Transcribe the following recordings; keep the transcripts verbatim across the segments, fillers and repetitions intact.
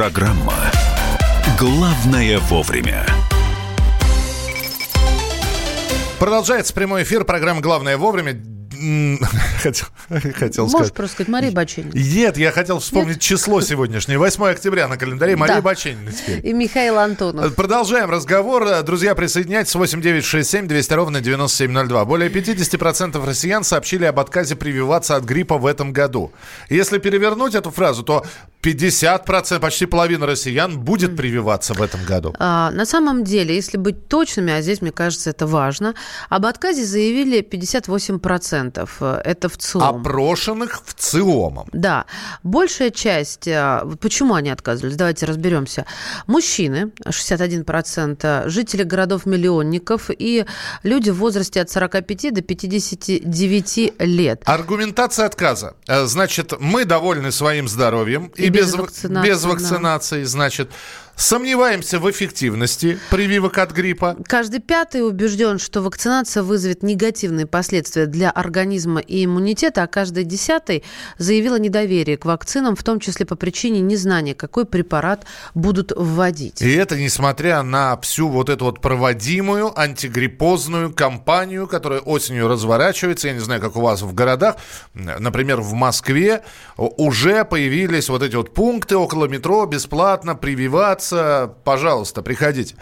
Программа «Главное вовремя». Продолжается прямой эфир программы «Главное вовремя». Хотел, хотел Можешь сказать. просто сказать Мария Баченина. Нет, я хотел вспомнить Нет? число сегодняшнее. восьмое октября на календаре. Мария Да. Баченина теперь. И Михаил Антонов. Продолжаем разговор. Друзья, присоединяйтесь. восемь девятьсот шестьдесят семь двести ровно девяносто семь ноль два. Более пятьдесят процентов россиян сообщили об отказе прививаться от гриппа в этом году. Если перевернуть эту фразу, то пятьдесят процентов, почти половина россиян будет прививаться в этом году. А, на самом деле, если быть точными, а здесь, мне кажется, это важно, об отказе заявили пятьдесят восемь процентов. Это в ЦИОМ. Опрошенных в ЦИОМом. Да. Большая часть... Почему они отказывались? Давайте разберемся. Мужчины, шестьдесят один процент, жители городов-миллионников и люди в возрасте от сорока пяти до пятидесяти девяти лет. Аргументация отказа. Значит, мы довольны своим здоровьем и, и без, без вакцинации, без вакцинации да. Значит, сомневаемся в эффективности прививок от гриппа. Каждый пятый убежден, что вакцинация вызовет негативные последствия для организма и иммунитета, а каждый десятый заявил о недоверии к вакцинам, в том числе по причине незнания, какой препарат будут вводить. И это несмотря на всю вот эту вот проводимую антигриппозную кампанию, которая осенью разворачивается. Я не знаю, как у вас в городах. Например, в Москве уже появились вот эти вот пункты около метро, бесплатно прививаться. Пожалуйста, приходите.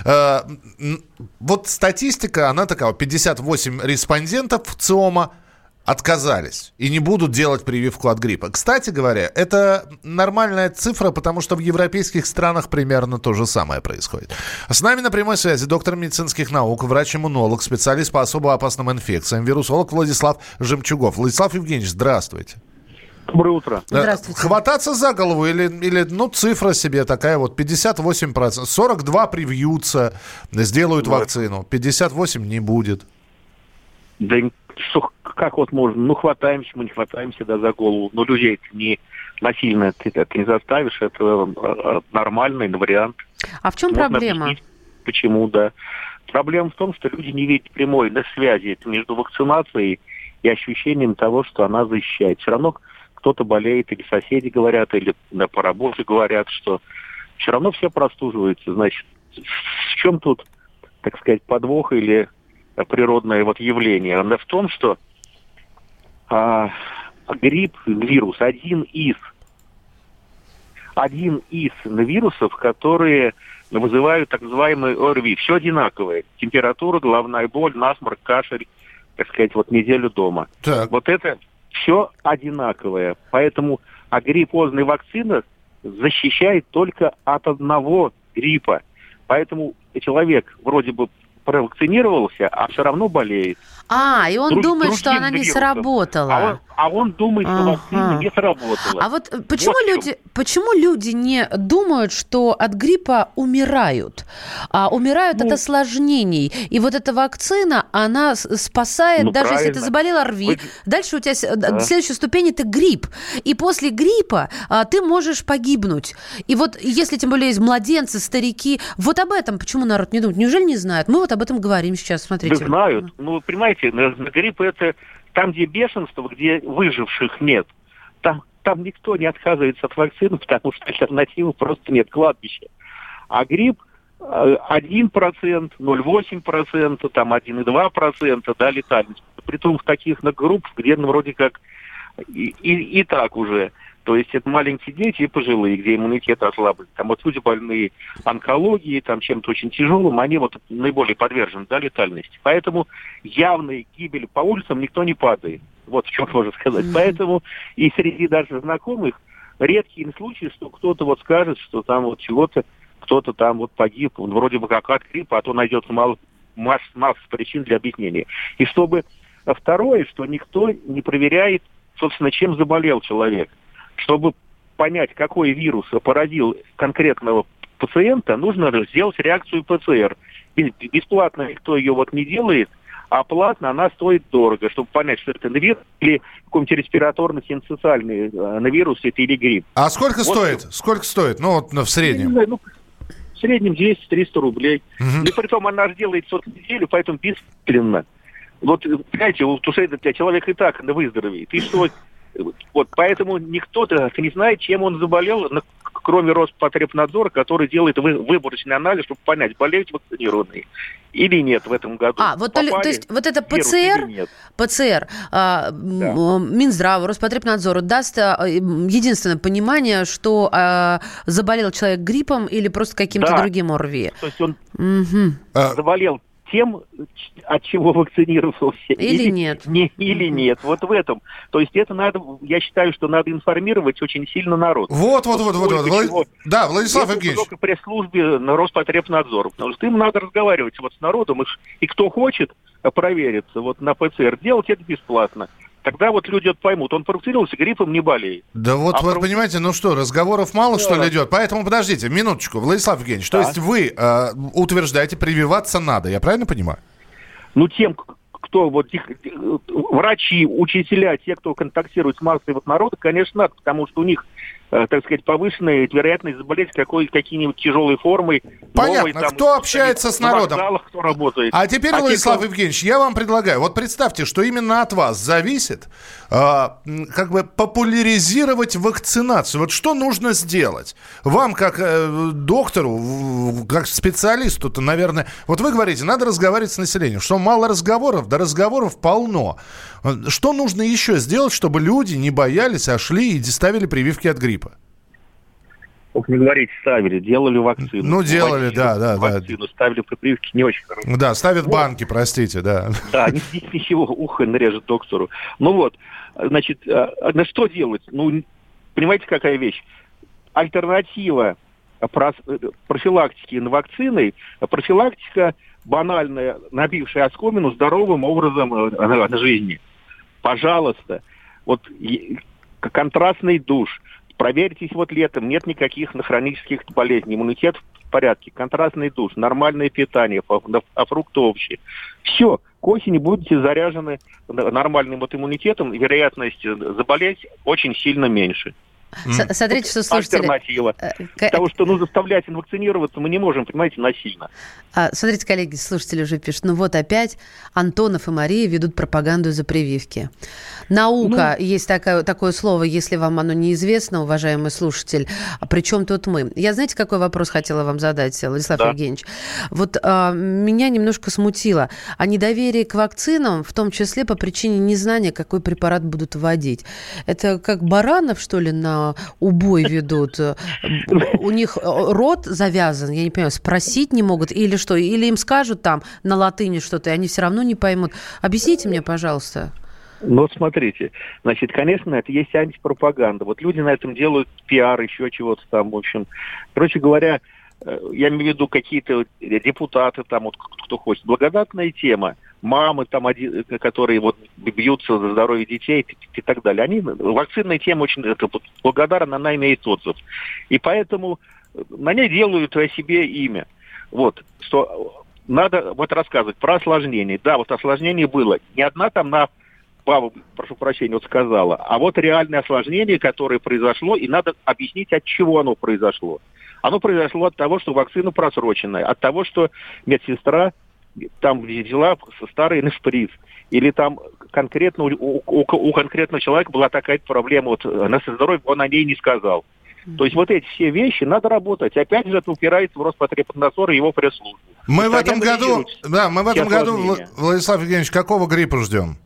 Вот статистика, она такая. пятьдесят восемь респондентов в ЦИОМа отказались и не будут делать прививку от гриппа. Кстати говоря, это нормальная цифра, потому что в европейских странах примерно то же самое происходит. С нами на прямой связи доктор медицинских наук, врач-иммунолог, специалист по особо опасным инфекциям, вирусолог Владислав Жемчугов. Владислав Евгеньевич, здравствуйте. Доброе утро. Здравствуйте. Хвататься за голову или, или, ну, цифра себе такая вот, пятьдесят восемь процентов. сорок два привьются, сделают да. вакцину, пятьдесят восемь не будет. Да что, как вот можно? Ну, хватаемся, мы не хватаемся, да, за голову. Но людей не насильно ты это не заставишь, это нормальный вариант. А в чем Можно проблема? Объяснить, почему, да. Проблема в том, что люди не видят прямой на связи между вакцинацией и ощущением того, что она защищает. Все равно кто-то болеет, или соседи говорят, или да, по работе говорят, что все равно все простуживаются. Значит, в чем тут, так сказать, подвох или природное вот явление? Оно в том, что а, грипп, вирус, один из, один из вирусов, которые вызывают так называемый ОРВИ. Все одинаковое. Температура, головная боль, насморк, кашель, так сказать, вот неделю дома. Так. Вот это все одинаковое. Поэтому агриппозная вакцина защищает только от одного гриппа. Поэтому человек вроде бы провакцинировался, а все равно болеет. А, и он Друг, думает, что она не вирусом. сработала. А он, а он думает, что Ага. вакцина не сработала. А вот почему, Вот в чем. люди, почему люди не думают, что от гриппа умирают? А умирают Ну, от осложнений. И вот эта вакцина, она с- спасает, Ну, даже если ты правильно. заболел ОРВИ. Вы- Дальше у тебя с- Да. следующая ступень – это грипп. И после гриппа а, ты можешь погибнуть. И вот если тем более есть младенцы, старики, вот об этом почему народ не думает? Неужели не знают? Мы вот об этом говорим сейчас, смотрите. Да знают. Ну, понимаете, на, на грипп это там, где бешенство, где выживших нет. Там, там никто не отказывается от вакцины, потому что альтернативы просто нет, кладбища. А грипп э, один процент, ноль целых восемь десятых процента, там один целых два десятых процента, да, летальность. Притом в таких на групп, где ну, вроде как и, и, и так уже. То есть это маленькие дети и пожилые, где иммунитет ослаблен. Там вот люди больные онкологией, там чем-то очень тяжелым, они вот наиболее подвержены, да, летальности. Поэтому явной гибели по улицам никто не падает. Вот в чем можно сказать. Mm-hmm. Поэтому и среди даже знакомых редкие случаи, что кто-то вот скажет, что там вот чего-то, кто-то там вот погиб, он вроде бы как от гриппа, а то найдется мало, масса, масса причин для объяснения. И чтобы второе, что никто не проверяет, собственно, чем заболел человек. Чтобы понять, какой вирус поразил конкретного пациента, нужно сделать реакцию ПЦР. Бесплатно никто ее вот не делает, а платно она стоит дорого, чтобы понять, что это вирус или какой-нибудь респираторно-синцитальный вирус, это или грипп. А сколько вот стоит? что. Сколько стоит? Ну, вот в среднем. Я не знаю, ну, в среднем двести-триста рублей. Угу. И притом она же делается от неделю, поэтому бесплатно. Вот, понимаете, вот, что это человек и так выздоровеет. И что... Вот, поэтому никто-то не знает, чем он заболел, кроме Роспотребнадзора, который делает вы, выборочный анализ, чтобы понять, болеют вакцинированные или нет в этом году. А, вот то, то есть вот это ПЦР, ПЦР а, да. Минздрав, Роспотребнадзору даст а, единственное понимание, что а, заболел человек гриппом или просто каким-то да. другим ОРВИ. То есть он угу. заболел тем, от чего вакцинировался. Или, или нет. Не, или нет. Вот в этом. То есть это надо, я считаю, что надо информировать очень сильно народ. Вот, вот, вот, вот. вот, вот. Влад... Да, Владислав это Евгеньевич. Только пресс-службе на Роспотребнадзор. Потому что им надо разговаривать вот с народом. И, и кто хочет провериться вот на ПЦР, делать это бесплатно. Тогда вот люди это поймут. Он провакцинировался, гриппом не болеет. Да вот, а вы пров... понимаете, ну что, разговоров мало, да. что ли, идет. Поэтому подождите, минуточку, Владислав Евгеньевич. Да. То есть вы э, утверждаете, прививаться надо, я правильно понимаю? Ну, тем, кто вот их, врачи, учителя, те, кто контактирует с массой вот народа, конечно, надо, потому что у них, э, так сказать, повышенная вероятность заболеть какой, какими-нибудь тяжелой формой. Понятно. Новой, там, кто общается с народом? Вокзалах, кто работает. А теперь, а Владислав те, кто... Евгеньевич, я вам предлагаю, вот представьте, что именно от вас зависит э, как бы популяризировать вакцинацию. Вот что нужно сделать? Вам, как э, доктору, как специалисту-то, наверное, вот вы говорите, надо разговаривать с населением, что мало разговоров, да разговоров полно. Что нужно еще сделать, чтобы люди не боялись, а шли и ставили прививки от гриппа? Как не говорите, ставили, делали вакцину. Ну, делали, вакцину, да, да, вакцину, да. Ставили прививки не очень хорошо. Да, ставят вот. Банки, простите, да. Да, ничего, ухо нарежет доктору. Ну вот, значит, на что делать? Ну, понимаете, какая вещь? Альтернатива профилактики вакциной, профилактика банальная, набившая оскомину здоровым образом жизни. Пожалуйста, вот контрастный душ. Проверьтесь вот летом, нет никаких хронических болезней, иммунитет в порядке, контрастный душ, нормальное питание, а фрукты овощи. Все, к осени будете заряжены нормальным вот иммунитетом, вероятность заболеть очень сильно меньше. С- смотрите, что слушатели... Альтернатива. Потому что, ну, заставлять вакцинироваться мы не можем, понимаете, насильно. А, смотрите, коллеги, слушатели уже пишут, ну вот опять Антонов и Мария ведут пропаганду за прививки. Наука, ну, есть такое, такое слово, если вам оно неизвестно, уважаемый слушатель, а при чем тут мы? Я, знаете, какой вопрос хотела вам задать, Владислав да. Евгеньевич? Вот а, меня немножко смутило. А недоверие к вакцинам, в том числе по причине незнания, какой препарат будут вводить. Это как баранов, что ли, на убой ведут? У них рот завязан, я не понимаю, спросить не могут или что? Или им скажут там на латыни что-то, и они все равно не поймут. Объясните мне, пожалуйста. Ну, вот смотрите, значит, конечно, это есть антипропаганда. Вот люди на этом делают пиар, еще чего-то там, в общем. Короче говоря, я имею в виду какие-то депутаты там, вот кто хочет. Благодатная тема. Мамы там, которые вот бьются за здоровье детей и так далее. Они, вакцинная тема очень это, благодарна, она имеет отзыв. И поэтому на ней делают о себе имя. Вот, что надо вот рассказывать про осложнения. Да, вот осложнение было. Не одна там на баба, прошу прощения, вот сказала, а вот реальное осложнение, которое произошло, и надо объяснить, от чего оно произошло. Оно произошло от того, что вакцина просроченная, от того, что медсестра там взяла старый шприц, или там конкретно у, у, у конкретного человека была такая-то проблема, вот на здоровье он о ней не сказал. То есть вот эти все вещи надо работать. Опять же, это упирается в Роспотребнадзор и его пресс-службу. Мы в этом году, да, мы в этом году, Владислав Евгеньевич, какого гриппа ждем?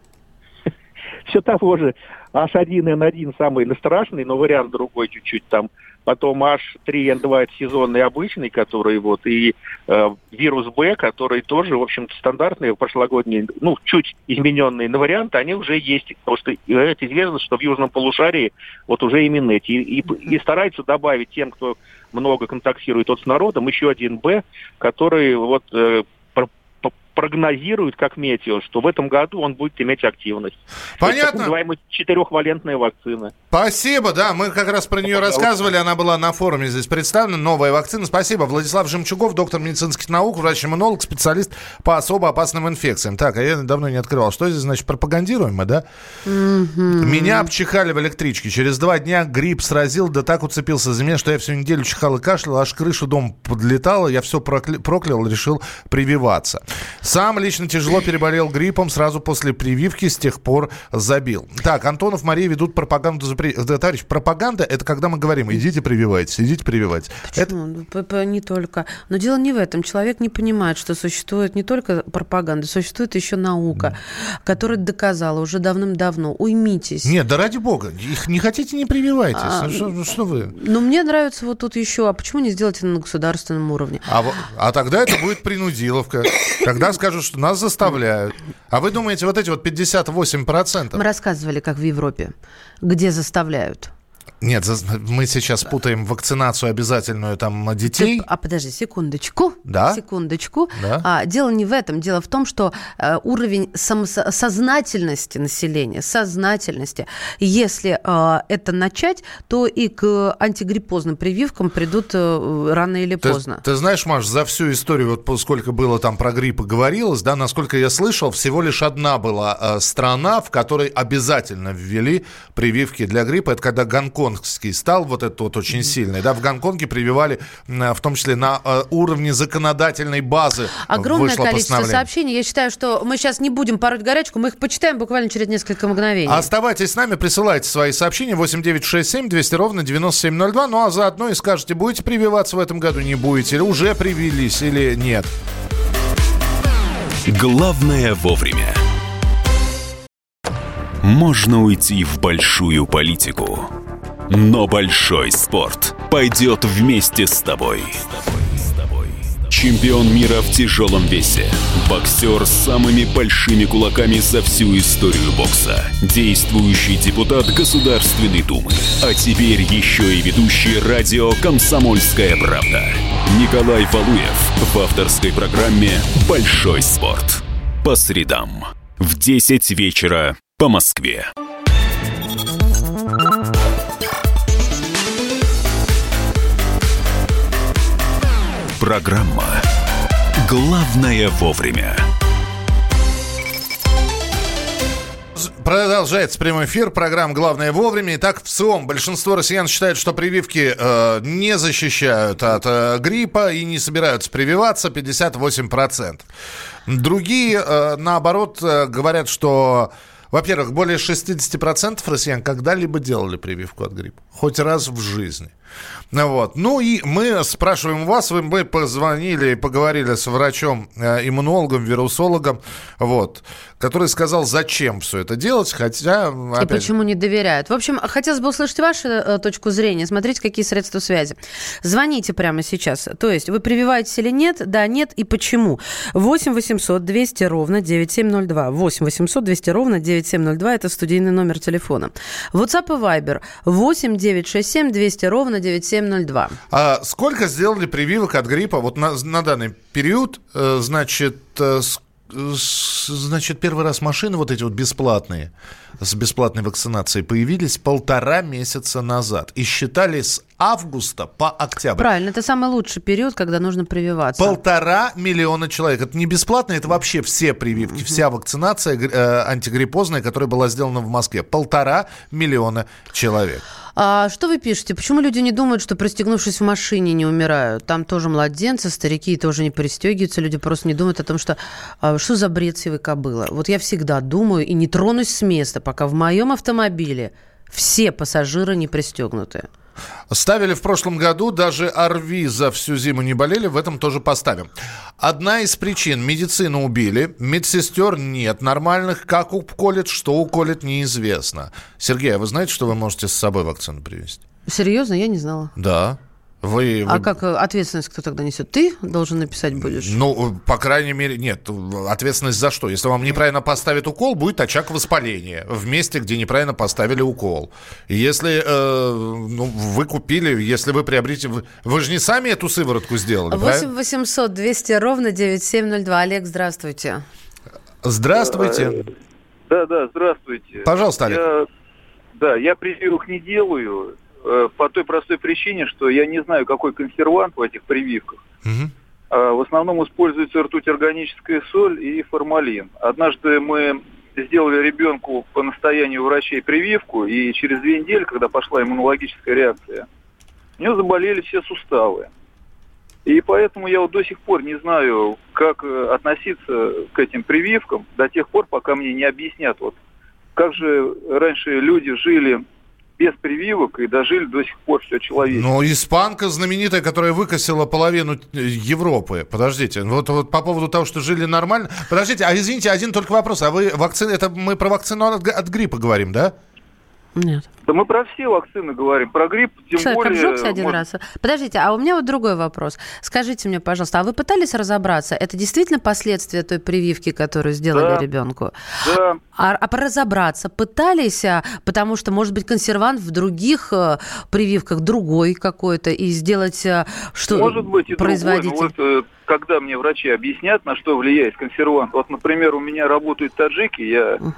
Все того же. эйч один эн один самый страшный, но вариант другой чуть-чуть там. Потом эйч три эн два это сезонный обычный, который вот, и э, вирус Б, который тоже, в общем-то, стандартные, прошлогодние, ну, чуть измененные на варианты, они уже есть. Потому что это известно, что в южном полушарии вот уже именно эти. И, и, и стараются добавить тем, кто много контактирует вот с народом, еще один Б, который вот... Э, прогнозирует, как метео, что в этом году он будет иметь активность. Понятно. Это так называемая четырехвалентная вакцина. Спасибо, да, мы как раз про нее рассказывали, она была на форуме здесь представлена, новая вакцина. Спасибо. Владислав Жемчугов, доктор медицинских наук, врач-иммунолог, специалист по особо опасным инфекциям. Так, а я давно не открывал. Что здесь, значит, пропагандируем мы, да? Mm-hmm. Меня обчихали в электричке. Через два дня грипп сразил, да так уцепился за меня, что я всю неделю чихал и кашлял, аж крышу дома подлетала, я все прокля... проклял, решил прививаться. Сам лично тяжело переболел гриппом сразу после прививки, с тех пор забил. Так, Антонов, Мария ведут пропаганду. За... Да, товарищ, пропаганда — это когда мы говорим: идите прививайтесь, идите прививайтесь. Почему? Это... Не только. Но дело не в этом. Человек не понимает, что существует не только пропаганда, существует еще наука, mm. которая доказала уже давным-давно. Уймитесь. Нет, да ради бога. Их не хотите — не прививайтесь. А, что, что вы? Ну, мне нравится вот тут еще. А почему не сделать это на государственном уровне? А, а тогда это будет принудиловка. Тогда скажут, что нас заставляют. А вы думаете, вот эти вот пятьдесят восемь процентов... Мы рассказывали, как в Европе, где заставляют. Нет, мы сейчас путаем вакцинацию обязательную там детей. Ты, а подожди, секундочку. Да? Секундочку. Да? А, дело не в этом. Дело в том, что а, уровень самосо- сознательности населения, сознательности, если а, это начать, то и к антигриппозным прививкам придут а, рано или ты, поздно. Ты знаешь, Маш, за всю историю, вот сколько было там про грипп и говорилось, да, насколько я слышал, всего лишь одна была а, страна, в которой обязательно ввели прививки для гриппа. Это когда Гонконг стал вот этот вот очень сильный. Да, в Гонконге прививали, в том числе на уровне законодательной базы. Огромное количество сообщений. Я считаю, что мы сейчас не будем пороть горячку, мы их почитаем буквально через несколько мгновений. Оставайтесь с нами, присылайте свои сообщения. восемь девятьсот шестьдесят семь двести ровно девяносто семь ноль два. Ну а заодно и скажете, будете прививаться в этом году, не будете, или уже привились, или нет. Главное вовремя. Можно уйти в большую политику, но большой спорт пойдет вместе с тобой. Чемпион мира в тяжелом весе. Боксер с самыми большими кулаками за всю историю бокса. Действующий депутат Государственной Думы. А теперь еще и ведущий радио «Комсомольская правда». Николай Валуев в авторской программе «Большой спорт». По средам в десять вечера по Москве. Программа «Главное вовремя». Продолжается прямой эфир, программа «Главное вовремя». Итак, в ЦИОМ большинство россиян считают, что прививки э, не защищают от э, гриппа и не собираются прививаться, пятьдесят восемь процентов. Другие, э, наоборот, э, говорят, что, во-первых, более шестьдесят процентов россиян когда-либо делали прививку от гриппа, хоть раз в жизни. Вот. Ну и мы спрашиваем вас, вы, мы позвонили и поговорили с врачом-иммунологом, вирусологом, вот, который сказал, зачем все это делать, хотя... И почему не доверяют. В общем, хотелось бы услышать вашу э, точку зрения, смотрите, какие средства связи. Звоните прямо сейчас. То есть вы прививаетесь или нет, да, нет и почему. восемь восемьсот двести ровно девяносто семь ноль два. восемь восемьсот двести ровно девяносто семь ноль два. Это студийный номер телефона. WhatsApp и Viber восемь девятьсот шестьдесят семь двести ровно девяносто семь ноль два. А сколько сделали прививок от гриппа вот на, на данный период? Э, значит, э, с, значит, первый раз машины вот эти вот бесплатные, с бесплатной вакцинацией появились полтора месяца назад. И считали с августа по октябрь. Правильно, это самый лучший период, когда нужно прививаться. Полтора миллиона человек. Это не бесплатно, это вообще все прививки, mm-hmm. вся вакцинация э, антигриппозная, которая была сделана в Москве. Полтора миллиона человек. А что вы пишете? Почему люди не думают, что, пристегнувшись в машине, не умирают? Там тоже младенцы, старики тоже не пристегиваются. Люди просто не думают о том, что что за бред сивой кобылы. Вот я всегда думаю и не тронусь с места, пока в моем автомобиле все пассажиры не пристегнуты. Ставили в прошлом году, даже ОРВИ за всю зиму не болели, в этом тоже поставим. Одна из причин: медицину убили, медсестер нет нормальных, как уколет, что уколет, неизвестно. Сергей, а вы знаете, что вы можете с собой вакцину привезти? Серьезно? Я не знала. Да. Вы, а вы... как ответственность кто тогда несет? Ты должен написать будешь? Ну, по крайней мере, нет. Ответственность за что? Если вам неправильно поставят укол, будет очаг воспаления в месте, где неправильно поставили укол. Если э, ну, вы купили, если вы приобретете... Вы, вы же не сами эту сыворотку сделали, восемь восемьсот двести ровно девяносто семь ноль два. Олег, здравствуйте. Здравствуйте. Да, да, здравствуйте. Пожалуйста, Олег. Я, да, я прививок не делаю. По той простой причине, что я не знаю, какой консервант в этих прививках. Угу. В основном используется ртуть, органическая соль и формалин. Однажды мы сделали ребенку по настоянию врачей прививку, и через две недели, когда пошла иммунологическая реакция, у него заболели все суставы. И поэтому я вот до сих пор не знаю, как относиться к этим прививкам до тех пор, пока мне не объяснят, вот как же раньше люди жили без прививок и дожили до сих пор все человечество. Ну, испанка знаменитая, которая выкосила половину Европы. Подождите, вот, вот по поводу того, что жили нормально. Подождите, а извините, один только вопрос. А вы вакцины, это мы про вакцину от, от гриппа говорим, да? Нет. Да мы про все вакцины говорим, про грипп тем Человек более... обжегся один может... раз. Подождите, а у меня вот другой вопрос. Скажите мне, пожалуйста, а вы пытались разобраться, это действительно последствия той прививки, которую сделали да. ребенку? Да. А, а поразобраться пытались, потому что, может быть, консервант в других прививках другой какой-то, и сделать что может быть, и производитель... другой. Ну, вот, когда мне врачи объяснят, на что влияет консервант. Вот, например, у меня работают таджики, я... Uh-huh.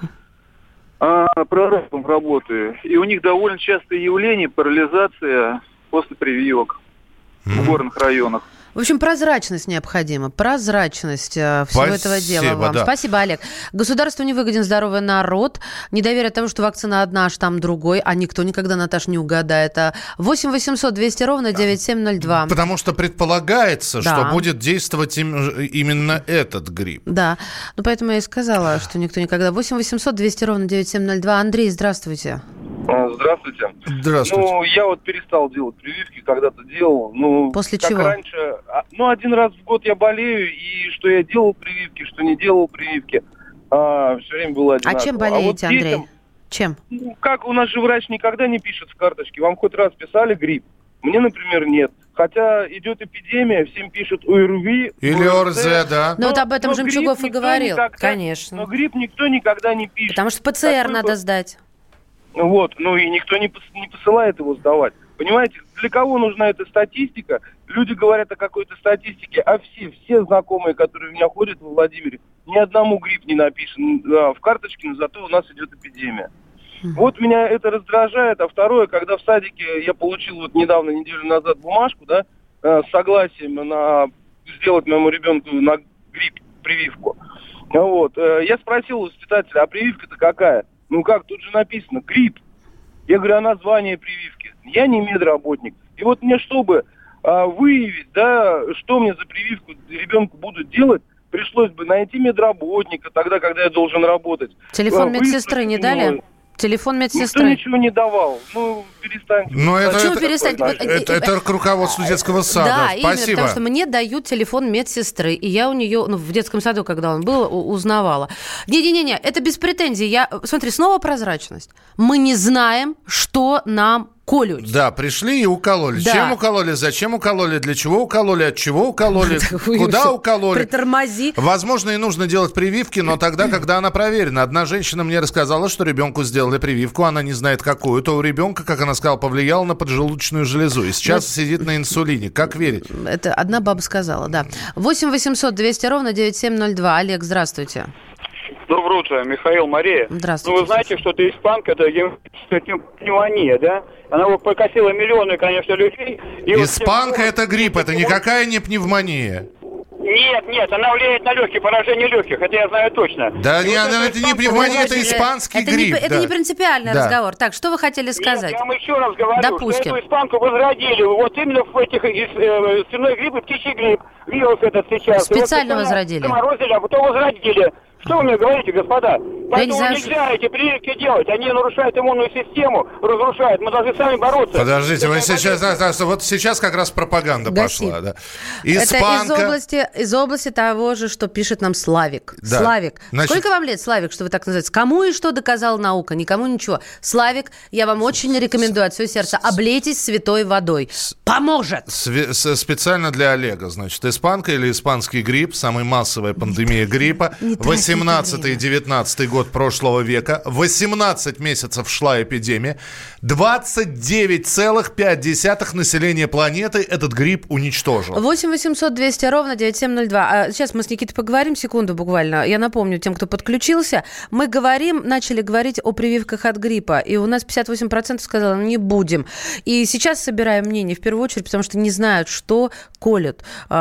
А, прорабом работаю. И у них довольно частое явление парализация после прививок mm-hmm. в горных районах. В общем, прозрачность необходима. Прозрачность всего Спасибо, этого дела вам. Да. Спасибо, Олег. Государству не выгоден здоровый народ. Недоверие тому, что вакцина одна, а штамм другой. А никто никогда, Наташ, не угадает. восемь восемьсот двести ровно девяносто семь ноль два. Потому что предполагается, да. что будет действовать им, именно этот грипп. Да. Ну, поэтому я и сказала, что никто никогда. восемь восемьсот двести ровно девяносто семь ноль два. Андрей, здравствуйте. Здравствуйте. Здравствуйте. Ну, я вот перестал делать прививки, когда-то делал. Ну, После как чего? Раньше, ну, один раз в год я болею, и что я делал прививки, что не делал прививки, а, все время было одинаково. А чем болеете, а вот детям, Андрей? Чем? Ну, как у нас же врач никогда не пишет в карточке. Вам хоть раз писали грипп? Мне, например, нет. Хотя идет эпидемия, всем пишут ОРВИ. Или ОРЗ, да. Ну, вот об этом Жемчугов и говорил. Никогда, конечно. Но грипп никто никогда не пишет. Потому что ПЦР Такой надо бы... сдать. Вот, ну и никто не, пос- не посылает его сдавать. Понимаете, для кого нужна эта статистика? Люди говорят о какой-то статистике, а все, все знакомые, которые у меня ходят во Владимире, ни одному грипп не написан а, в карточке, но зато у нас идет эпидемия. Mm-hmm. Вот меня это раздражает. А второе, когда в садике я получил вот недавно, неделю назад, бумажку, да, с согласием на сделать моему ребенку на грипп прививку. Вот, я спросил у воспитателя, а прививка-то какая? Ну как, тут же написано грипп. Я говорю, а название прививки? Я не медработник. И вот мне, чтобы а, выявить, да, что мне за прививку ребенку будут делать, пришлось бы найти медработника тогда, когда я должен работать. Телефон а, медсестры не дали? Телефон медсестры. Никто ничего не давал. Ну, перестаньте. Ну, это, Почему это, перестать? Это, это, это к руководству детского сада. Да, Спасибо. именно, потому что мне дают телефон медсестры, и я у нее, ну, в детском саду, когда он был, узнавала. Не-не-не, это без претензий. Я, смотри, снова прозрачность. Мы не знаем, что нам колют. Да, пришли и укололи. Да. Чем укололи, зачем укололи, для чего укололи, от чего укололи, куда укололи. Притормози. Возможно, и нужно делать прививки, но тогда, когда она проверена. Одна женщина мне рассказала, что ребенку сделали прививку, она не знает какую. То у ребенка, как она сказала, повлияло на поджелудочную железу. И сейчас но... сидит на инсулине. Как верить? Это одна баба сказала, да. восемь восемьсот двести ровно девяносто семь ноль два. Олег, здравствуйте. Доброе утро, Михаил, Мария. Здравствуйте. Ну, вы знаете, что это испанка, это пневмония, да? Она вот покосила миллионы, конечно, людей. И испанка вот... это грипп, это никакая не пневмония. Нет, нет, она влияет на легкие, поражение легких, это я знаю точно. Да, не, вот это, это не пневмония, это испанский это грипп. Не, да. Это не принципиальный да. разговор. Так, что вы хотели сказать? Нет, я вам еще раз говорю, Допустим. что эту испанку возродили. Вот именно в этих э, свиной грипп и птичий грипп. Вирус этот сейчас. Специально вот, возродили. Заморозили, а потом возродили. Что вы мне говорите, господа? Поэтому знаю, нельзя что... эти прививки делать. Они нарушают иммунную систему, разрушают. Мы должны сами бороться. Подождите, вы сейчас, вот сейчас как раз пропаганда Гаси. пошла. Да. Испанка... Это из области, из области того же, что пишет нам Славик. Да. Славик. Значит... Сколько вам лет, Славик, что вы так называете? Кому и что доказала наука? Никому ничего. Славик, я вам очень рекомендую от всего сердца. Облейтесь святой водой. Поможет! Све- специально для Олега. Значит, испанка или испанский грипп, самая массовая пандемия гриппа. восемнадцатый-девятнадцатый год прошлого века. восемнадцать месяцев шла эпидемия. двадцать девять целых пять десятых населения планеты этот грипп уничтожил. восемь восемьсот двести ровно девяносто семь ноль два. А сейчас мы с Никитой поговорим, секунду буквально. Я напомню тем, кто подключился. Мы говорим, начали говорить о прививках от гриппа. И у нас пятьдесят восемь процентов сказало, не будем. И сейчас собираем мнение в первую очередь, потому что не знают, что колют,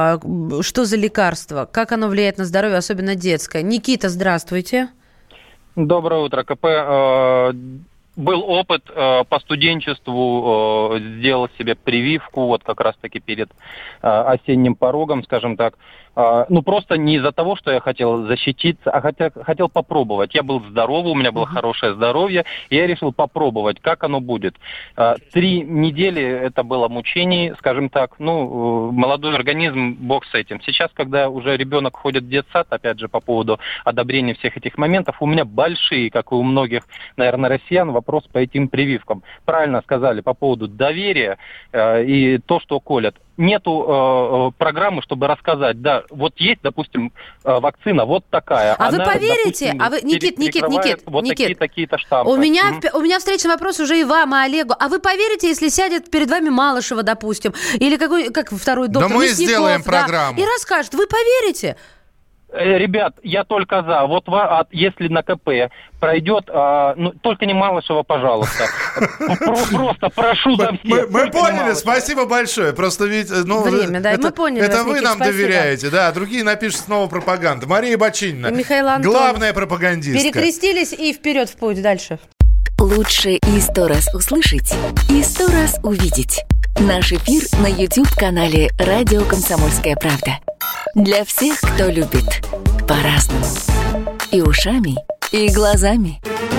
что за лекарство, как оно влияет на здоровье, особенно детское. Никита, здравствуйте. Доброе утро, КП. был опыт э, по студенчеству, э, сделал себе прививку, вот как раз-таки перед э, осенним порогом, скажем так. Э, ну, просто не из-за того, что я хотел защититься, а хотя, хотел попробовать. Я был здоров, у меня было uh-huh. хорошее здоровье, и я решил попробовать, как оно будет. Э, три недели это было мучений, скажем так. Ну, э, молодой организм, бог с этим. Сейчас, когда уже ребенок ходит в детсад, опять же, по поводу одобрения всех этих моментов, у меня большие, как и у многих, наверное, россиян, вопрос по этим прививкам. Правильно сказали по поводу доверия э, и то, что колят. Нету э, программы, чтобы рассказать, да, вот есть, допустим, э, вакцина вот такая. А она, вы поверите, допустим, а вы, Никит, Никит, Никит, вот Никит, такие, такие-то штампы. У меня, mm-hmm. у меня встречный вопрос уже и вам, и Олегу. А вы поверите, если сядет перед вами Малышева, допустим, или какой, как второй доктор Да мы Мясников, сделаем да, программу. и расскажет, вы поверите? Ребят, я только за. Вот если на КП пройдет, ну, только не Малышева, пожалуйста. Просто прошу за всех. Мы поняли, спасибо большое. Просто ведь... Время, да, мы поняли. Это вы нам доверяете, да, другие напишут снова пропаганду. Мария Бочинина, главная пропагандистка. Перекрестились и вперед в путь дальше. Лучше и сто раз услышать, и сто раз увидеть. Наш эфир на YouTube-канале «Радио Комсомольская правда». Для всех, кто любит по-разному. И ушами, и глазами.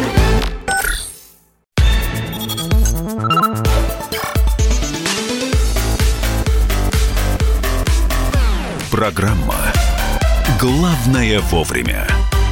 Программа «Главное вовремя».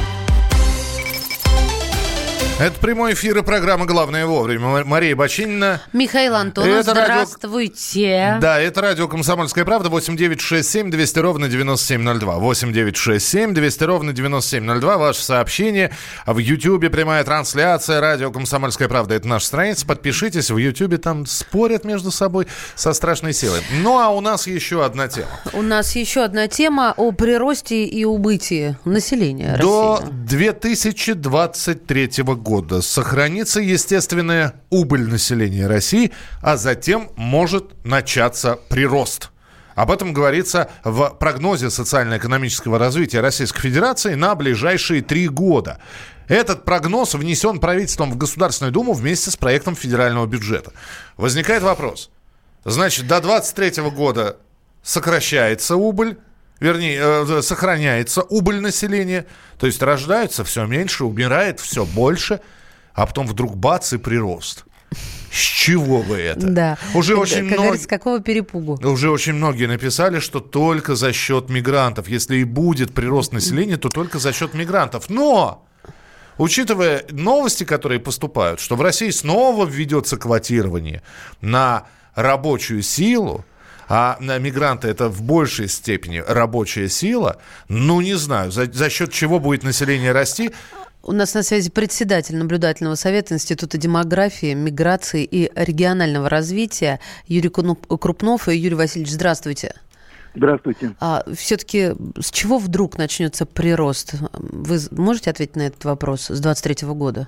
Это прямой эфир и программа «Главное вовремя». Мария Бочинина. Михаил Антонов, это здравствуйте. Радио... Да, это радио «Комсомольская правда». восемь девятьсот шестьдесят семь двести ровно девяносто семь ноль два. восемь девятьсот шестьдесят семь двести ровно девяносто семь ноль два. Ваше сообщение. В Ютьюбе прямая трансляция. Радио «Комсомольская правда». Это наша страница. Подпишитесь. В Ютьюбе там спорят между собой со страшной силой. Ну, а у нас еще одна тема. У нас еще одна тема о приросте и убытии населения До России. две тысячи двадцать третьего года. года сохранится естественная убыль населения России, а затем может начаться прирост. Об этом говорится в прогнозе социально-экономического развития Российской Федерации на ближайшие три года. Этот прогноз внесен правительством в Государственную Думу вместе с проектом федерального бюджета. Возникает вопрос. Значит, до двадцать третьего года сокращается убыль, вернее, э, сохраняется убыль населения, то есть рождаются все меньше, умирает все больше, а потом вдруг бац и прирост. С чего вы это? Да. Уже как, очень как много... с какого перепугу? Уже очень многие написали, что только за счет мигрантов. Если и будет прирост населения, то только за счет мигрантов. Но, учитывая новости, которые поступают, что в России снова введется квотирование на рабочую силу, а мигранты – это в большей степени рабочая сила, ну, не знаю, за, за счет чего будет население расти. У нас на связи председатель наблюдательного совета Института демографии, миграции и регионального развития Юрий Крупнов. И Юрий Васильевич, здравствуйте. Здравствуйте. А, все-таки с чего вдруг начнется прирост? Вы можете ответить на этот вопрос с двадцать третьего года?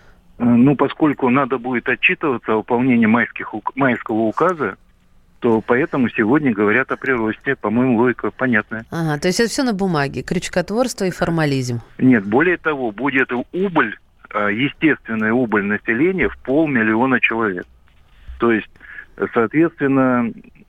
Ну, поскольку надо будет отчитываться о выполнении майских, майского указа, то поэтому сегодня говорят о приросте. По-моему, логика понятная. Ага, то есть это все на бумаге, крючкотворство и формализм. Нет, более того, будет убыль, естественная убыль населения в полмиллиона человек. То есть, соответственно,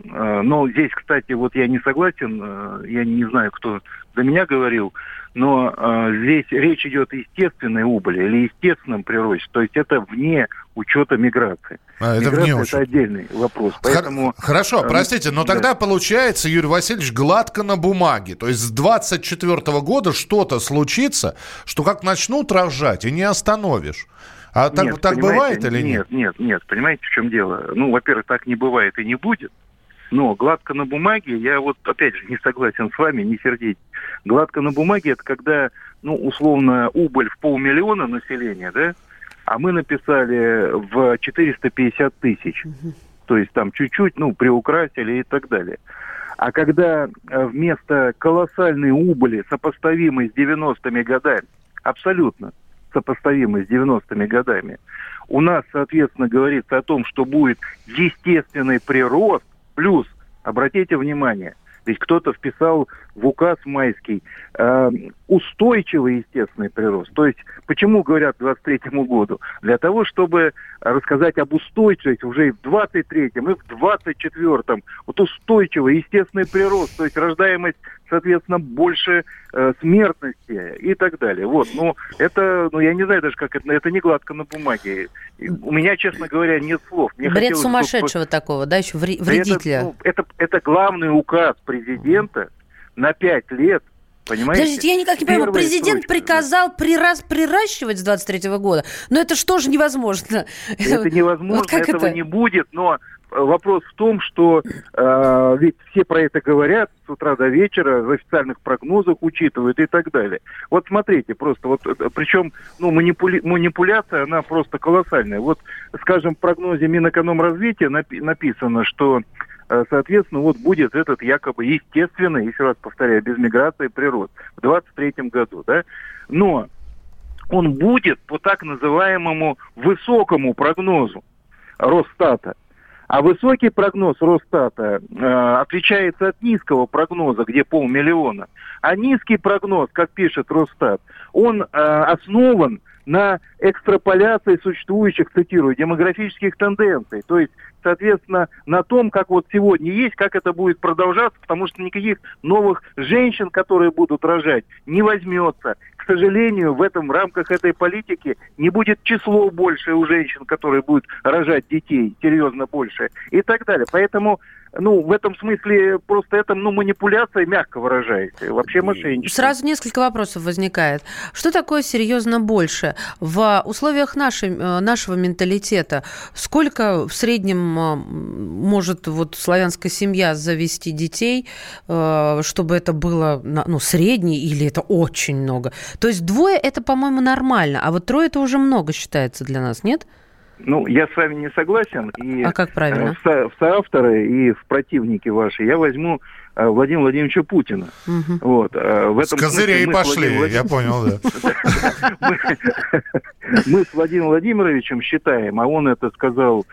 но здесь, кстати, вот я не согласен, я не знаю, кто до меня говорил, но э, здесь речь идет о естественной убыли или естественном приросте. То есть это вне учета миграции. А, это Миграция вне – учета. это отдельный вопрос. Поэтому, Хорошо, э, простите, но да. тогда получается, Юрий Васильевич, гладко на бумаге. То есть с двадцать четвёртого года что-то случится, что как начнут рожать, и не остановишь. А так, нет, так бывает или нет? Нет, нет, нет. Понимаете, в чем дело? Ну, во-первых, так не бывает и не будет. Но гладко на бумаге, я вот опять же не согласен с вами, не сердитесь. Гладко на бумаге – это когда, ну, условно, убыль в полмиллиона населения, да, а мы написали в четыреста пятьдесят тысяч. Угу. То есть там чуть-чуть, ну, приукрасили и так далее. А когда вместо колоссальной убыли, сопоставимой с девяностыми годами, абсолютно сопоставимой с девяностыми годами, у нас, соответственно, говорится о том, что будет естественный прирост, плюс, обратите внимание, Ведь кто-то вписал в указ майский э, устойчивый естественный прирост. То есть, почему говорят к двадцать третьему году? Для того, чтобы рассказать об устойчивости уже и в двадцать третьем, и в двадцать четвёртом. Вот устойчивый естественный прирост, то есть рождаемость, соответственно, больше э, смертности и так далее. Вот, ну, это, ну, я не знаю даже, как это, это не гладко на бумаге. У меня, честно говоря, нет слов. Мне Бред хотелось, сумасшедшего чтобы... такого, да, еще вредителя. Это, ну, это, это главный указ президента на пять лет. Понимаете? Подождите, я никак не пойму. Президент строчка, приказал да. прирас, приращивать с двадцать третьего года. Но это что же невозможно? Это невозможно, вот как этого это? не будет, но вопрос в том, что э, ведь все про это говорят с утра до вечера, в официальных прогнозах учитывают и так далее. Вот смотрите, просто вот, причем ну, манипули, манипуляция, она просто колоссальная. Вот, скажем, в прогнозе Минэкономразвития напи- написано, что соответственно, вот будет этот якобы естественный, еще раз повторяю, без миграции прирост в двадцать третьем году, да? Но он будет по так называемому высокому прогнозу Росстата. А высокий прогноз Росстата э, отличается от низкого прогноза, где полмиллиона. А низкий прогноз, как пишет Росстат, он э, основан на экстраполяции существующих, цитирую, демографических тенденций. То есть, соответственно, на том, как вот сегодня есть, как это будет продолжаться, потому что никаких новых женщин, которые будут рожать, не возьмется. К сожалению, в этом в рамках этой политики не будет число больше у женщин, которые будут рожать детей, серьезно больше, и так далее. Поэтому, ну, в этом смысле просто это, ну, манипуляция, мягко выражаясь, вообще мошенничество. Сразу несколько вопросов возникает. Что такое серьезно больше? В условиях нашей, нашего менталитета сколько в среднем может вот славянская семья завести детей, чтобы это было, ну, средний или это очень много? То есть двое это, по-моему, нормально, а вот трое это уже много считается для нас, нет? Ну, я с вами не согласен. И а как правильно? В, со- в соавторы и в противники ваши я возьму э, Владимира Владимировича Путина. Угу. Вот, э, в этом с козырей пошли, Владимир... я понял, да. Мы с Владимиром Владимировичем считаем, а он это сказал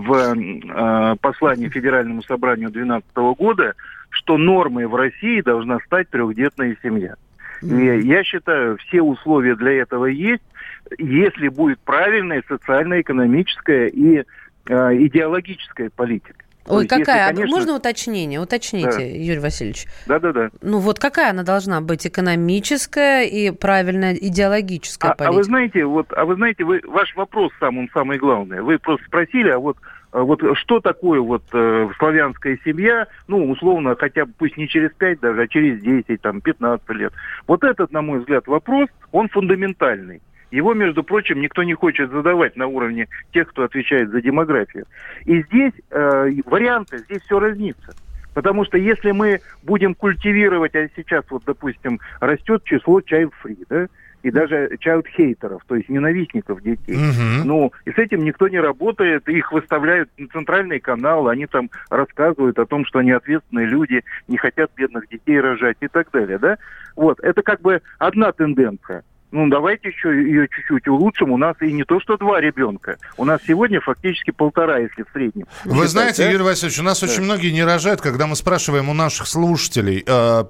в послании Федеральному собранию две тысячи двенадцатого года, что нормой в России должна стать трехдетная семья. И я считаю, все условия для этого есть, если будет правильная социально-экономическая и э, идеологическая политика. Ой, есть, какая? Если, конечно... Можно уточнение? Уточните, да. Юрий Васильевич. Да-да-да. Ну вот какая она должна быть? Экономическая и правильная идеологическая а, политика? А вы знаете, вот, а вы знаете, вы, ваш вопрос сам, он самый главный. Вы просто спросили, а вот Вот что такое вот э, славянская семья, ну, условно, хотя бы пусть не через пять даже, а через десять, там, пятнадцать лет. Вот этот, на мой взгляд, вопрос, он фундаментальный. Его, между прочим, никто не хочет задавать на уровне тех, кто отвечает за демографию. И здесь э, варианты, здесь все разнится. Потому что если мы будем культивировать, а сейчас, вот, допустим, растет число child-free, да, и даже child-хейтеров, то есть ненавистников детей. Uh-huh. Ну, и с этим никто не работает, их выставляют на центральный канал, они там рассказывают о том, что они ответственные люди, не хотят бедных детей рожать и так далее, да? Вот, это как бы одна тенденция. Ну, давайте еще ее чуть-чуть улучшим. У нас и не то, что два ребенка. У нас сегодня фактически полтора, если в среднем. Вы считать, знаете, да? Юрий Васильевич, у нас да. очень многие не рожают, когда мы спрашиваем у наших слушателей, э,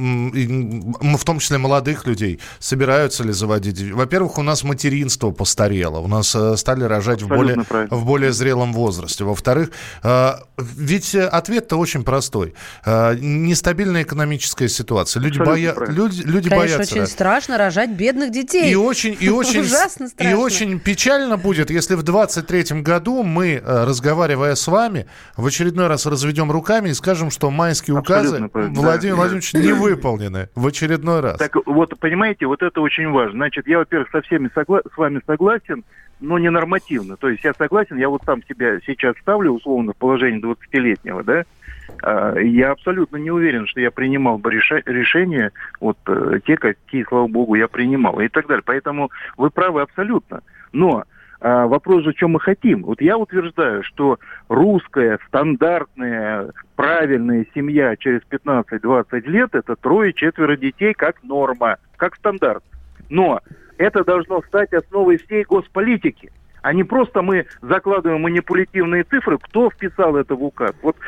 мы в том числе молодых людей, собираются ли заводить. Во-первых, у нас материнство постарело. У нас э, стали рожать в более, в более зрелом возрасте. Во-вторых, э, ведь ответ-то очень простой. Э, нестабильная экономическая ситуация. Люди, боя... люди, люди Конечно, боятся. очень страшно рожать бедных детей. И очень, и очень, ужасно страшно. И очень печально будет, если в двадцать третьем году мы, разговаривая с вами, в очередной раз разведем руками и скажем, что майские указы Владимира да. Владимировича не выполнены в очередной раз. Так вот, понимаете, вот это очень важно. Значит, я, во-первых, со всеми согла- с вами согласен, но не нормативно. То есть я согласен, я вот сам себя сейчас ставлю, условно, в положение двадцатилетнего, да, я абсолютно не уверен, что я принимал бы реш- решения, вот э, те, какие, слава богу, я принимал, и так далее. Поэтому вы правы абсолютно. Но э, вопрос же, что мы хотим. Вот я утверждаю, что русская, стандартная, правильная семья через пятнадцать-двадцать лет – это трое-четверо детей как норма, как стандарт. Но это должно стать основой всей госполитики. А не просто мы закладываем манипулятивные цифры, кто вписал это в указ. Вот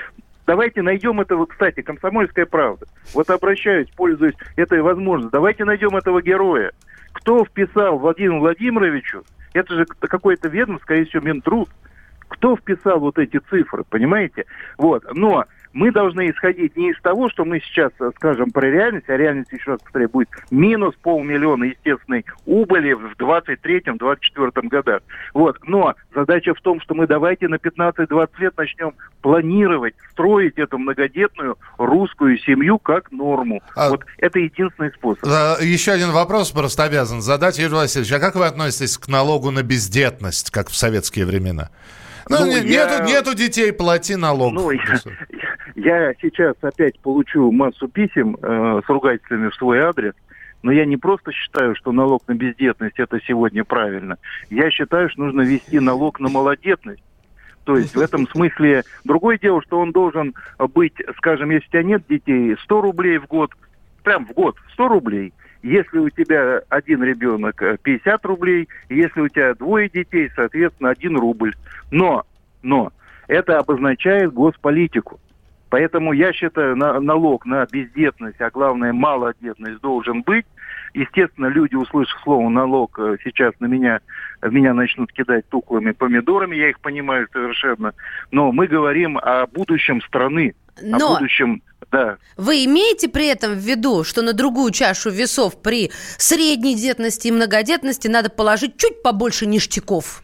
давайте найдем этого, кстати, «Комсомольская правда». Вот обращаюсь, пользуясь этой возможностью. Давайте найдем этого героя. Кто вписал Владимиру Владимировичу, это же какое-то ведомство, скорее всего, Минтруд, кто вписал вот эти цифры, понимаете? Вот, но мы должны исходить не из того, что мы сейчас скажем про реальность, а реальность, еще раз повторяю, будет минус полмиллиона естественной убыли в двадцать третьем — двадцать четвёртом годах. Вот. Но задача в том, что мы давайте на пятнадцать-двадцать лет начнем планировать, строить эту многодетную русскую семью как норму. А... Вот это единственный способ. Еще один вопрос просто обязан задать, Юрий Васильевич. А как вы относитесь к налогу на бездетность, как в советские времена? Ну, ну нету, я... нету детей, плати налог. Ну, я, я сейчас опять получу массу писем э, с ругательствами в свой адрес, но я не просто считаю, что налог на бездетность это сегодня правильно. Я считаю, что нужно ввести налог на малодетность. То есть в этом смысле другое дело, что он должен быть, скажем, если у тебя нет детей, сто рублей в год, прям в год сто рублей. Если у тебя один ребенок, пятьдесят рублей. Если у тебя двое детей, соответственно, один рубль. Но, но это обозначает госполитику. Поэтому я считаю, на, налог на бездетность, а главное малодетность должен быть. Естественно, люди, услышав слово «налог», сейчас на меня, меня начнут кидать тухлыми помидорами, я их понимаю совершенно. Но мы говорим о будущем страны, Но... о будущем... Да. Вы имеете при этом в виду, что на другую чашу весов при средней детности и многодетности надо положить чуть побольше ништяков?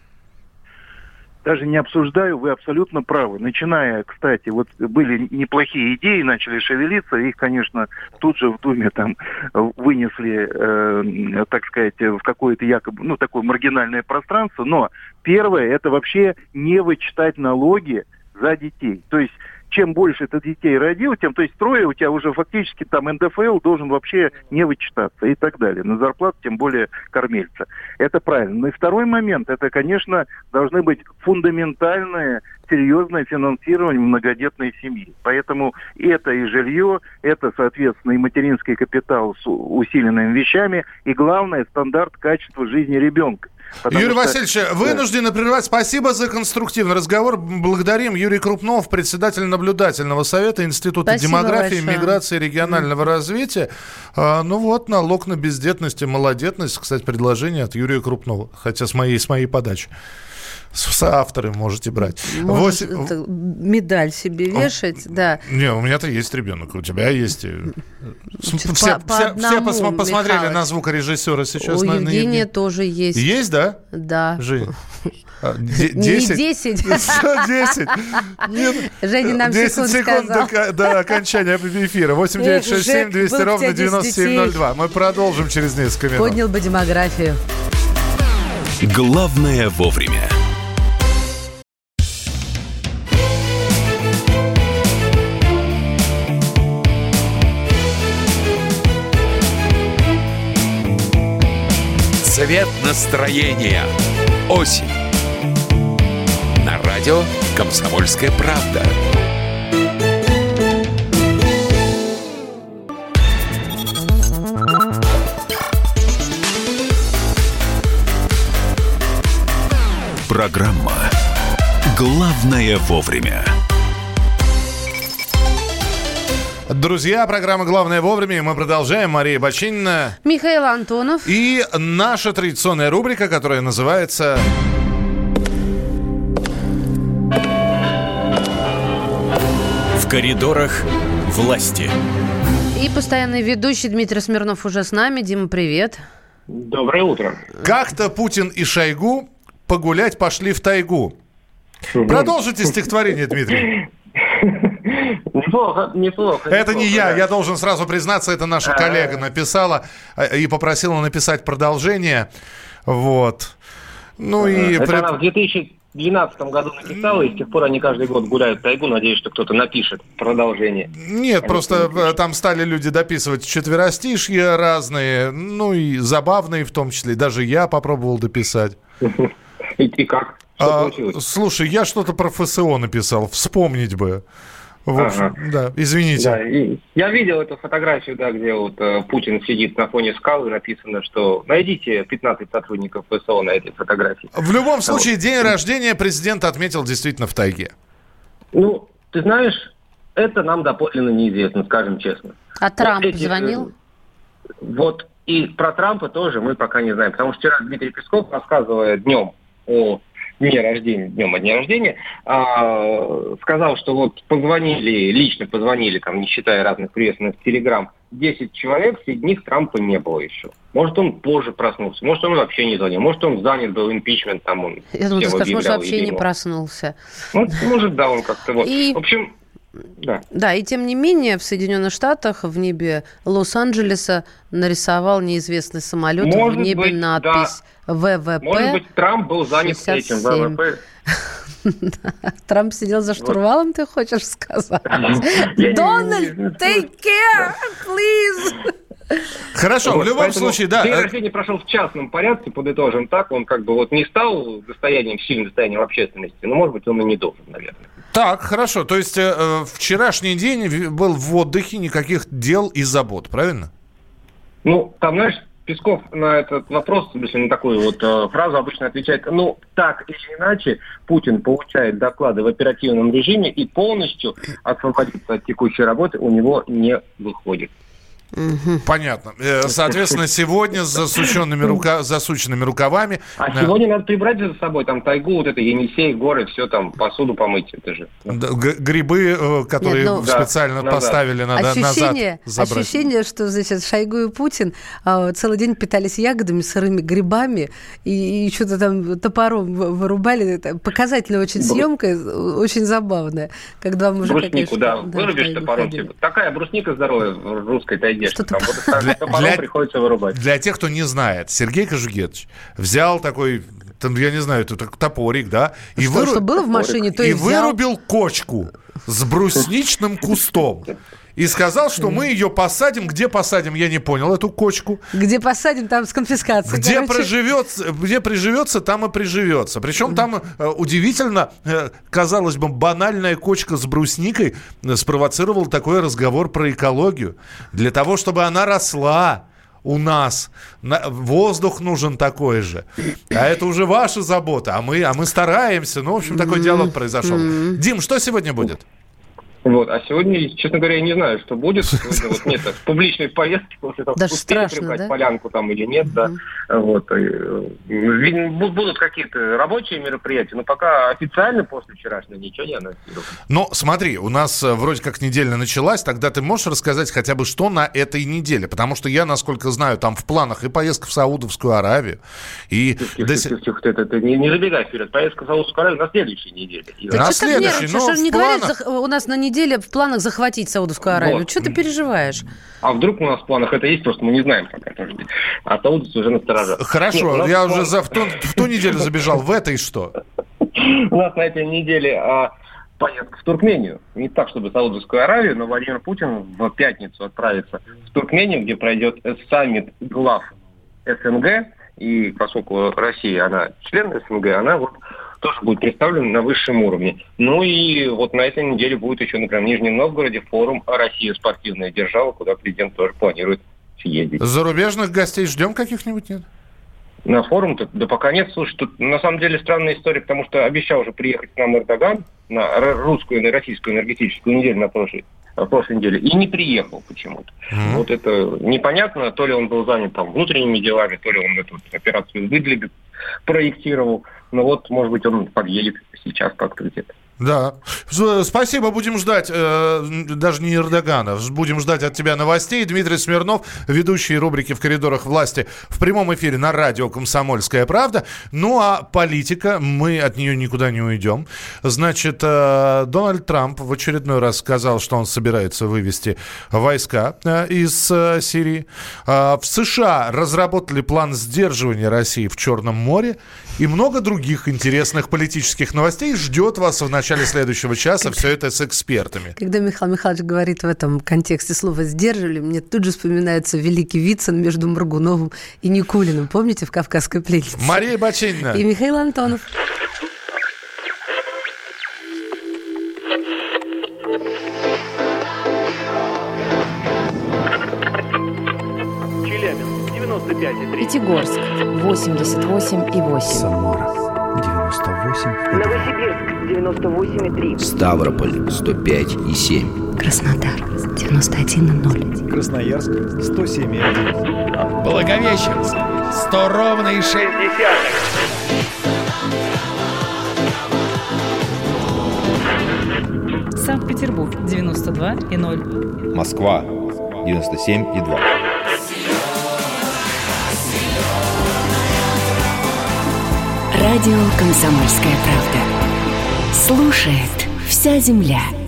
Даже не обсуждаю, вы абсолютно правы. Начиная, кстати, вот были неплохие идеи, начали шевелиться, их, конечно, тут же в Думе там вынесли, э, так сказать, в какое-то якобы, ну, такое маргинальное пространство. Но первое, это вообще не вычитать налоги за детей. То есть чем больше ты детей родил, тем, то есть трое у тебя уже фактически там эн дэ эф эл должен вообще не вычитаться и так далее. На зарплату, тем более кормильца. Это правильно. Но и второй момент, это, конечно, должны быть фундаментальные, серьезное финансирование многодетной семьи. Поэтому это и жилье, это, соответственно, и материнский капитал с усиленными вещами, и главное, стандарт качества жизни ребенка. Потому Юрий что... Васильевич, вынуждены прервать. Спасибо за конструктивный разговор. Благодарим. Юрий Крупнов, председатель наблюдательного совета Института Спасибо демографии, большое. Миграции и регионального mm. развития. А, ну вот, налог на бездетность и малодетность. Кстати, предложение от Юрия Крупнова. Хотя с моей, с моей подачи. Соавторы можете брать. Можешь восемь... медаль себе вешать, О, да. Не, у меня-то есть ребенок, у тебя есть. Значит, все по, по все, одному, все пос- посмотрели Михалыч. На звукорежиссера сейчас. У на, Евгения на... тоже есть. Есть, да? Да. Жень. Десять? Не десять. Десять. Женя нам секунд сказал. До, до окончания эфира. восемь девятьсот шестьдесят семь двести ровно девяносто семь ноль два. Мы продолжим через несколько минут. Поднял бы демографию. Главное вовремя. Цвет настроения. Осень. На радио «Комсомольская правда». Программа «Главное вовремя». Друзья, программа «Главное вовремя». И мы продолжаем. Мария Бочинина. Михаил Антонов. И наша традиционная рубрика, которая называется... В коридорах власти. И постоянный ведущий Дмитрий Смирнов уже с нами. Дима, привет. Доброе утро. Как-то Путин и Шойгу погулять пошли в тайгу. Продолжите стихотворение, Дмитрий. Неплохо, неплохо. Это неплохо, не я, да. я должен сразу признаться, это наша коллега написала и попросила написать продолжение. Вот. Ну и... Это она в две тысячи двенадцатом году написала, и с тех пор они каждый год гуляют в тайгу. Надеюсь, что кто-то напишет продолжение. Нет, они просто напишут. Там стали люди дописывать четверостишья разные, ну и забавные в том числе. Даже я попробовал дописать. И как? Что получилось? Слушай, я что-то про эф эс о написал, вспомнить бы. В общем, ага. да, извините. Да, и я видел эту фотографию, да, где вот э, Путин сидит на фоне скалы, написано, что найдите пятнадцать сотрудников эф эс о на этой фотографии. В любом случае, вот. День рождения президента отметил действительно в тайге. Ну, ты знаешь, это нам доподлинно неизвестно, скажем честно. А Трамп вот эти, звонил? Вот и про Трампа тоже мы пока не знаем, потому что вчера Дмитрий Песков, рассказывая днем о дне рождения, днем о дне рождения, а, сказал, что вот позвонили, лично позвонили, там, не считая разных приветственных телеграмм, десять человек, среди них Трампа не было еще. Может, он позже проснулся, может, он вообще не звонил, может, он занят был, импичмент там он. Я думаю, ты скажешь, может, вообще не проснулся. Ну, может, да, он как-то вот. И... В общем... Да. да, и тем не менее в Соединенных Штатах в небе Лос-Анджелеса нарисовал неизвестный самолет, может в небе быть, надпись да. ВВП. Может быть, Трамп был занят этим ВВП. Трамп сидел за штурвалом, вот. Ты хочешь сказать? Дональд, take care, please! Хорошо, вот, в любом случае, да. День рождения прошел в частном порядке, подытожим так. Он как бы вот не стал достоянием, сильным достоянием общественности, но, может быть, он и не должен, наверное. Так, хорошо. То есть э, вчерашний день был в отдыхе, никаких дел и забот, правильно? Ну, там, знаешь, Песков на этот вопрос, если на такую вот э, фразу обычно отвечает, ну, так или иначе, Путин получает доклады в оперативном режиме и полностью освободиться от текущей работы у него не выходит. Понятно. Соответственно, сегодня с засученными, рука... засученными рукавами... А сегодня надо прибрать за собой, там, тайгу, вот это, Енисей, горы, все там, посуду помыть, это же. Г- грибы, которые Нет, ну, специально да, поставили, надо ощущение, назад забрать. Ощущение, что, значит, Шойгу и Путин а, целый день питались ягодами, сырыми грибами и, и что-то там топором вырубали. Это показательная очень съемка, очень забавная. Как два мужика... Бруснику, да, да, вырубишь топором. Типа. Такая брусника здоровая в русской тайге. Что-то там, вот для, для, приходится вырубать. Для тех, кто не знает, Сергей Кожугетович взял такой, там, я не знаю, это топорик, да, и, что, выру... что было в машине, то и и вырубил кочку с брусничным кустом. И сказал, что мы ее посадим. Где посадим, я не понял эту кочку. Где посадим, там с конфискацией. Где, проживется, где приживется, там и приживется. Причем там э, удивительно, э, казалось бы, банальная кочка с брусникой спровоцировала такой разговор про экологию. Для того, чтобы она росла у нас. На, воздух нужен такой же. А это уже ваша забота. А мы, а мы стараемся. Ну, в общем, такой диалог произошел. Дим, что сегодня будет? Вот, а сегодня, честно говоря, я не знаю, что будет. Сегодня вот нет в публичной повестке, после того, даже успели страшно, прибрать да? полянку там или нет, да. Вот. И, будут какие-то рабочие мероприятия, но пока официально после вчерашнего ничего не анонсировано. Ну, смотри, у нас вроде как неделя началась, тогда ты можешь рассказать хотя бы, что на этой неделе? Потому что я, насколько знаю, там в планах и поездка в Саудовскую Аравию, и... Тихо, тихо, тихо, тихо, ты, ты, ты, не, не забегай вперед, поездка в Саудовскую Аравию на следующей неделе. Да на что следующей, но не планах... говорят, у нас на неделе в планах захватить Саудовскую Аравию. Вот. Что ты переживаешь? А вдруг у нас в планах это есть, просто мы не знаем пока. А саудовцы уже насторожат. Хорошо, Нет, я уже за, в, ту, в ту неделю забежал. В этой что? У нас на этой неделе а, поездка в Туркмению. Не так, чтобы Саудовскую Аравию, но Владимир Путин в пятницу отправится в Туркмению, где пройдет саммит глав СНГ. И поскольку Россия, она член СНГ, она вот тоже будет представлен на высшем уровне. Ну и вот на этой неделе будет еще, например, в Нижнем Новгороде форум «Россия. Спортивная держава», куда президент тоже планирует съездить. Зарубежных гостей ждем каких-нибудь, нет? На форум-то? Да пока нет. Слушай, тут на самом деле странная история, потому что обещал уже приехать к нам Эрдоган на русскую и российскую энергетическую неделю на прошлой, на прошлой неделе, и не приехал почему-то. Mm-hmm. Вот это непонятно, то ли он был занят там внутренними делами, то ли он эту операцию в Идлибе проектировал. Но вот, может быть, он подъедет сейчас как-то где-то. Да. Спасибо, будем ждать, э, даже не Эрдогана, будем ждать от тебя новостей. Дмитрий Смирнов, ведущий рубрики «В коридорах власти» в прямом эфире на радио «Комсомольская правда». Ну, а политика, мы от нее никуда не уйдем. Значит, э, Дональд Трамп в очередной раз сказал, что он собирается вывести войска э, из э, Сирии. Э, в США разработали план сдерживания России в Черном море. И много других интересных политических новостей ждет вас в начале следующего часа. Как... Все это с экспертами. Когда Михаил Михайлович говорит в этом контексте слово «сдерживали», мне тут же вспоминается великий Вицин между Моргуновым и Никулиным. Помните, в «Кавказской пленнице»? Мария Бачинина. И Михаил Антонов. Челябинск, девяносто пять и три. Пятигорск, восемьдесят восемь и восемь. Самара девяносто восемь. Новосибирск девяносто восемь и три. Ставрополь сто пять и семь. Краснодар девяносто один и ноль. Красноярск сто семь и один. Благовещенск сто ровно и шесть десятых. Санкт-Петербург девяносто два и ноль. Москва девяносто семь и два. Радио «Комсомольская правда». Слушает вся земля.